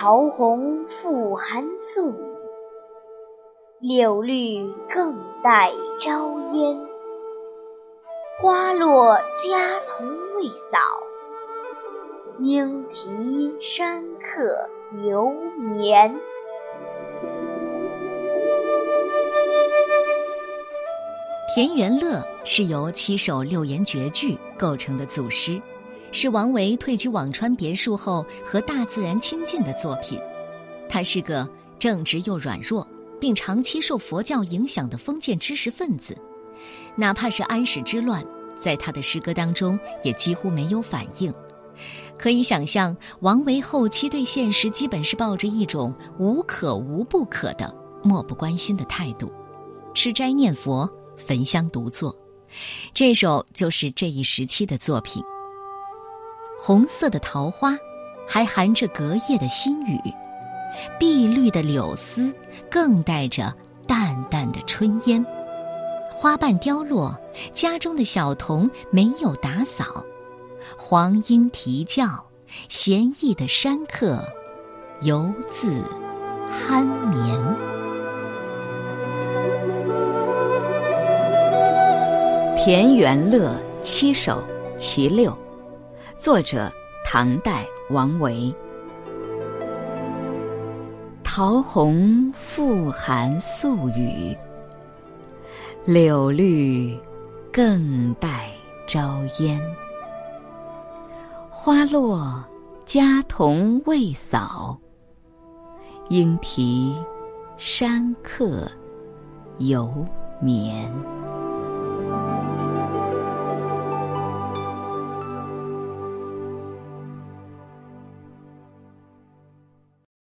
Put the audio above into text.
桃红复含宿雨，柳绿更带朝烟。花落家童未扫，莺啼山客犹眠。 田园乐是由7首6言绝句构成的组诗，是王维退居辋川别墅后和大自然亲近的作品。他是个正直又软弱，并长期受佛教影响的封建知识分子。哪怕是安史之乱，在他的诗歌当中也几乎没有反应。可以想象，王维后期对现实基本是抱着一种无可无不可的漠不关心的态度，吃斋念佛，焚香独坐。这首就是这一时期的作品。红色的桃花还含着隔夜的新雨，碧绿的柳丝更带着淡淡的春烟。花瓣凋落，家中的小童没有打扫，黄莺啼叫，闲逸的山客犹自酣眠。 田园乐7首其6，作者唐代王维。桃红复含宿雨，柳绿更带朝烟。花落家童未扫，莺啼山客犹眠。